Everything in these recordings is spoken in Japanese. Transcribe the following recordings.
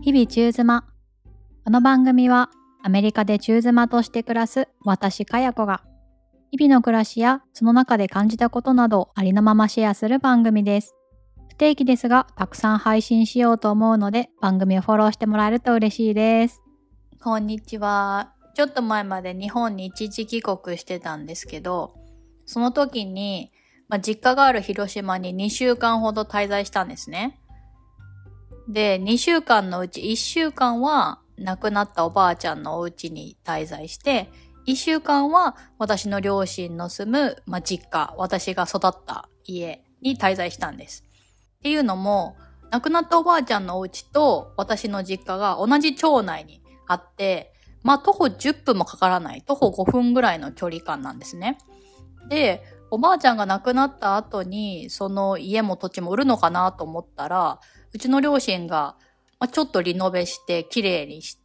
日々中妻。この番組はアメリカで中妻として暮らす私かや子が日々の暮らしやその中で感じたことなどをありのままシェアする番組です。不定期ですがたくさん配信しようと思うので番組をフォローしてもらえると嬉しいです。 こんにちは。ちょっと前まで日本に一時帰国してたんですけど、その時に、実家がある広島に2週間ほど滞在したんですね。で、2週間のうち1週間は亡くなったおばあちゃんのお家に滞在して、1週間は私の両親の住む、実家、私が育った家に滞在したんです。っていうのも、亡くなったおばあちゃんのお家と私の実家が同じ町内にあって、徒歩10分もかからない、徒歩5分ぐらいの距離感なんですね。で、おばあちゃんが亡くなった後に、その家も土地も売るのかなと思ったら、うちの両親が、ちょっとリノベして綺麗にして、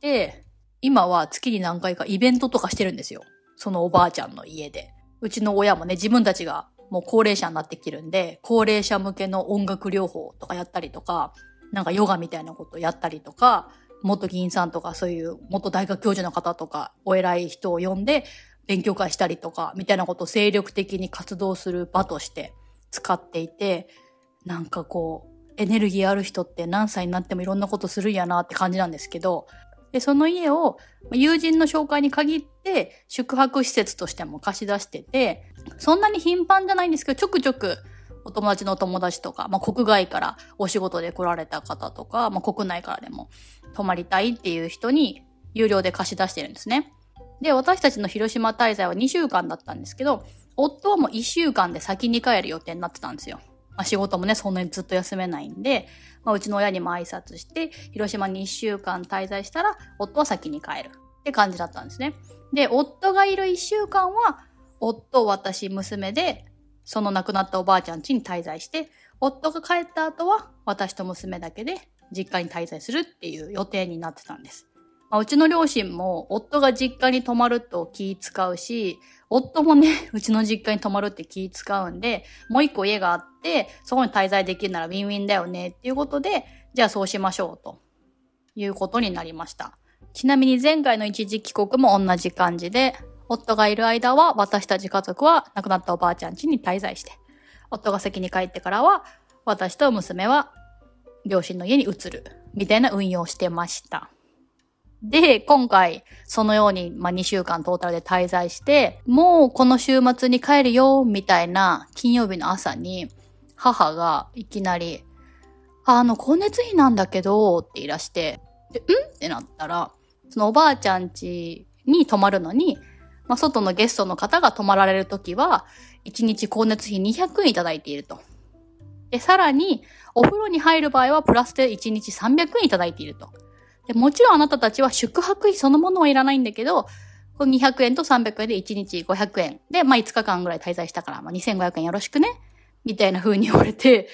今は月に何回かイベントとかしてるんですよ。そのおばあちゃんの家で。うちの親もね、自分たちがもう高齢者になってきてるんで、高齢者向けの音楽療法とかやったりとか、なんかヨガみたいなことやったりとか、元議員さんとかそういう元大学教授の方とか、お偉い人を呼んで勉強会したりとか、みたいなことを精力的に活動する場として使っていて、なんかエネルギーある人って何歳になってもいろんなことするんやなって感じなんですけど、で、その家を友人の紹介に限って宿泊施設としても貸し出してて、そんなに頻繁じゃないんですけど、ちょくちょくお友達の友達とか、国外からお仕事で来られた方とか、国内からでも泊まりたいっていう人に有料で貸し出してるんですね。で、私たちの広島滞在は2週間だったんですけど、夫はもう1週間で先に帰る予定になってたんですよ。仕事もね、そんなにずっと休めないんで、うちの親にも挨拶して、広島に1週間滞在したら、夫は先に帰るって感じだったんですね。で、夫がいる1週間は、夫、私、娘で、その亡くなったおばあちゃん家に滞在して、夫が帰った後は、私と娘だけで実家に滞在するっていう予定になってたんです。うちの両親も、夫が実家に泊まると気使うし、夫もね、うちの実家に泊まるって気使うんで、もう一個家があって、そこに滞在できるならウィンウィンだよねっていうことで、じゃあそうしましょうということになりました。ちなみに前回の一時帰国も同じ感じで、夫がいる間は私たち家族は亡くなったおばあちゃん家に滞在して、夫が先に帰ってからは私と娘は両親の家に移るみたいな運用をしてました。で、今回、そのように、2週間トータルで滞在して、もうこの週末に帰るよ、みたいな金曜日の朝に、母がいきなり、光熱費なんだけど、って言い出して、で、ってなったら、そのおばあちゃん家に泊まるのに、外のゲストの方が泊まられるときは、1日光熱費200円いただいていると。で、さらに、お風呂に入る場合は、プラスで1日300円いただいていると。で、もちろんあなたたちは宿泊費そのものはいらないんだけど、この200円と300円で1日500円で、5日間ぐらい滞在したから、2500円よろしくねみたいな風に言われて、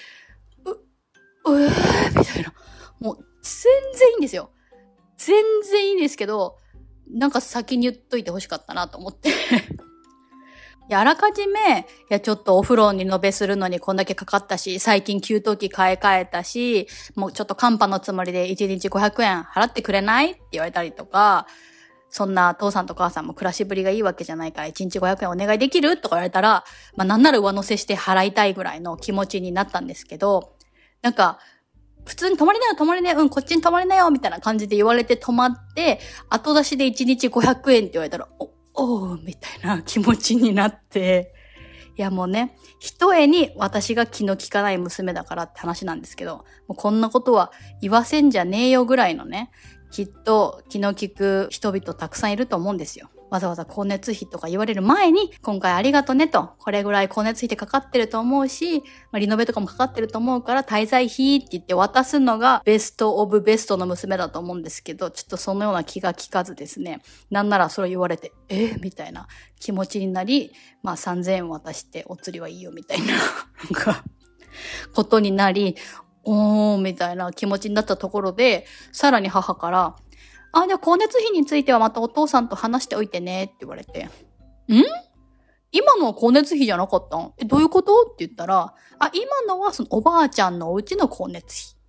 みたいな。もう、全然いいんですよ。全然いいんですけど、なんか先に言っといてほしかったなと思って。あらかじめ、ちょっとお風呂にリノベするのにこんだけかかったし、最近給湯器買い替えたし、もうちょっとカンパのつもりで1日500円払ってくれないって言われたりとか、そんな父さんと母さんも暮らしぶりがいいわけじゃないから1日500円お願いできるとか言われたら、なんなら上乗せして払いたいぐらいの気持ちになったんですけど、なんか、普通に泊まりなよ、こっちに泊まりなよ、みたいな感じで言われて泊まって、後出しで1日500円って言われたら、みたいな気持ちになって、もうね、一重に私が気の利かない娘だからって話なんですけど、もうこんなことは言わせんじゃねえよぐらいのね、きっと気の利く人々たくさんいると思うんですよ。わざわざ光熱費とか言われる前に、今回ありがとねと、これぐらい光熱費ってかかってると思うし、リノベとかもかかってると思うから滞在費って言って渡すのがベストオブベストの娘だと思うんですけど、ちょっとそのような気が利かずですね、なんならそれ言われて、みたいな気持ちになり、3000円渡してお釣りはいいよみたいな、ことになり、みたいな気持ちになったところで、さらに母から、じゃあ光熱費についてはまたお父さんと話しておいてねって言われて、今のは光熱費じゃなかったん？どういうことって言ったら、今のはそのおばあちゃんのお家の光熱費。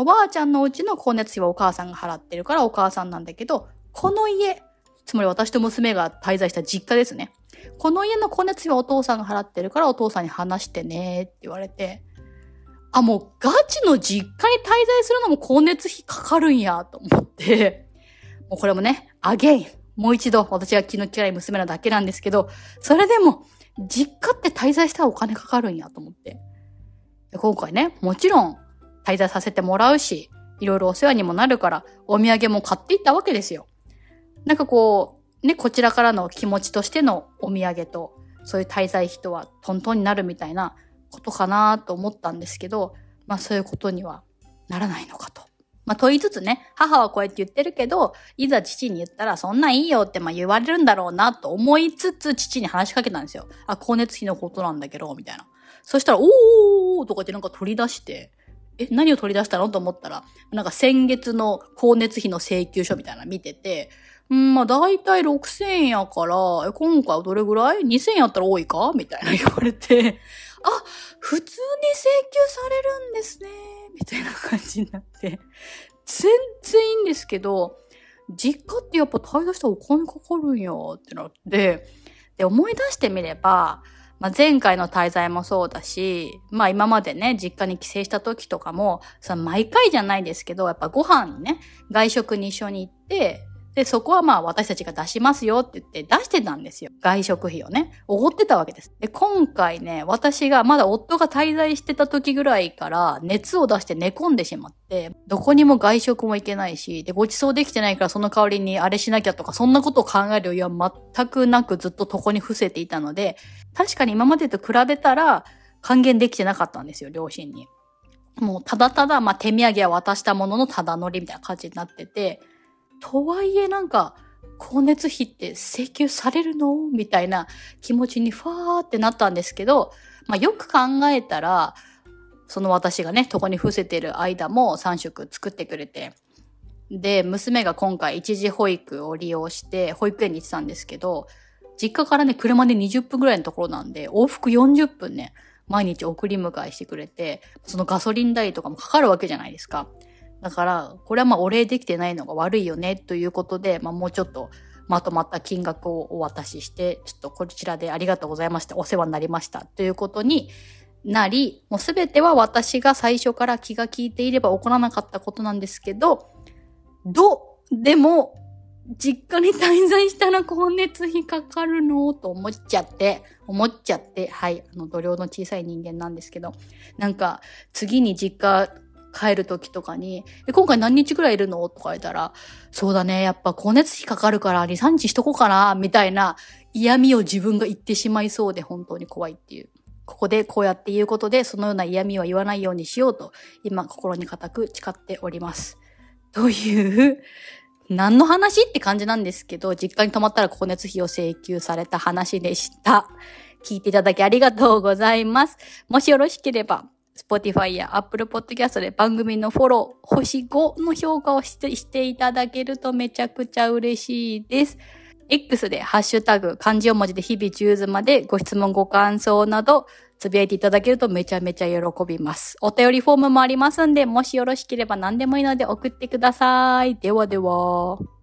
おばあちゃんのうちの光熱費はお母さんが払ってるからお母さんなんだけど、この家、つまり私と娘が滞在した実家ですね。この家の光熱費はお父さんが払ってるからお父さんに話してねって言われて、もうガチの実家に滞在するのも光熱費かかるんやと思って、もうこれもね、アゲイン、もう一度私が気の嫌い娘なだけなんですけど、それでも実家って滞在したらお金かかるんやと思って。で今回ね、もちろん滞在させてもらうし、いろいろお世話にもなるから、お土産も買っていったわけですよ。なんかこう、ね、こちらからの気持ちとしてのお土産と、そういう滞在費とはトントンになるみたいなことかなと思ったんですけど、そういうことにはならないのかと。と言いつつね、母はこうやって言ってるけど、いざ父に言ったらそんなんいいよって言われるんだろうなと思いつつ、父に話しかけたんですよ。光熱費のことなんだけど、みたいな。そしたら、おーとかってなんか取り出して、何を取り出したのと思ったら、なんか先月の光熱費の請求書みたいなの見てて、だいたい6000円やから、今回はどれぐらい ?2000 円やったら多いかみたいな言われて、普通に請求されるんですね。みたいな感じになって。全然いいんですけど、実家ってやっぱ滞在したらお金かかるんやってなって、で、思い出してみれば、前回の滞在もそうだし、今までね、実家に帰省した時とかも、毎回じゃないですけど、やっぱご飯ね、外食に一緒に行って、で、そこは私たちが出しますよって言って出してたんですよ。外食費をね。おごってたわけです。で、今回ね、私がまだ夫が滞在してた時ぐらいから熱を出して寝込んでしまって、どこにも外食も行けないし、で、ご馳走できてないからその代わりにあれしなきゃとか、そんなことを考える余裕は全くなくずっと床に伏せていたので、確かに今までと比べたら還元できてなかったんですよ、両親に。もうただただ、手土産は渡したもののただ乗りみたいな感じになってて、とはいえなんか、光熱費って請求されるのみたいな気持ちにファーってなったんですけど、よく考えたら、その私がね、床に伏せてる間も3食作ってくれて、で、娘が今回一時保育を利用して保育園に行ってたんですけど、実家からね、車で20分ぐらいのところなんで、往復40分ね、毎日送り迎えしてくれて、そのガソリン代とかもかかるわけじゃないですか。だから、これはお礼できてないのが悪いよね、ということで、もうちょっとまとまった金額をお渡しして、ちょっとこちらでありがとうございました。お世話になりました。ということになり、もうすべては私が最初から気が利いていれば起こらなかったことなんですけど、でも、実家に滞在したら光熱費かかるのと思っちゃって、はい、度量の小さい人間なんですけど、なんか、次に実家、帰る時とかに、今回何日くらいいるのとか言ったら、そうだね、やっぱ光熱費かかるから2、3日しとこうかな、みたいな嫌味を自分が言ってしまいそうで本当に怖いっていう。ここでこうやって言うことで、そのような嫌味は言わないようにしようと、今心に固く誓っております。という、何の話って感じなんですけど、実家に泊まったら光熱費を請求された話でした。聞いていただきありがとうございます。もしよろしければ、Spotify や Apple Podcast で番組のフォロー、星5の評価をしていただけるとめちゃくちゃ嬉しいです。X でハッシュタグ、漢字4文字で日々10までご質問ご感想などつぶやいていただけるとめちゃめちゃ喜びます。お便りフォームもありますんで、もしよろしければ何でもいいので送ってください。ではでは。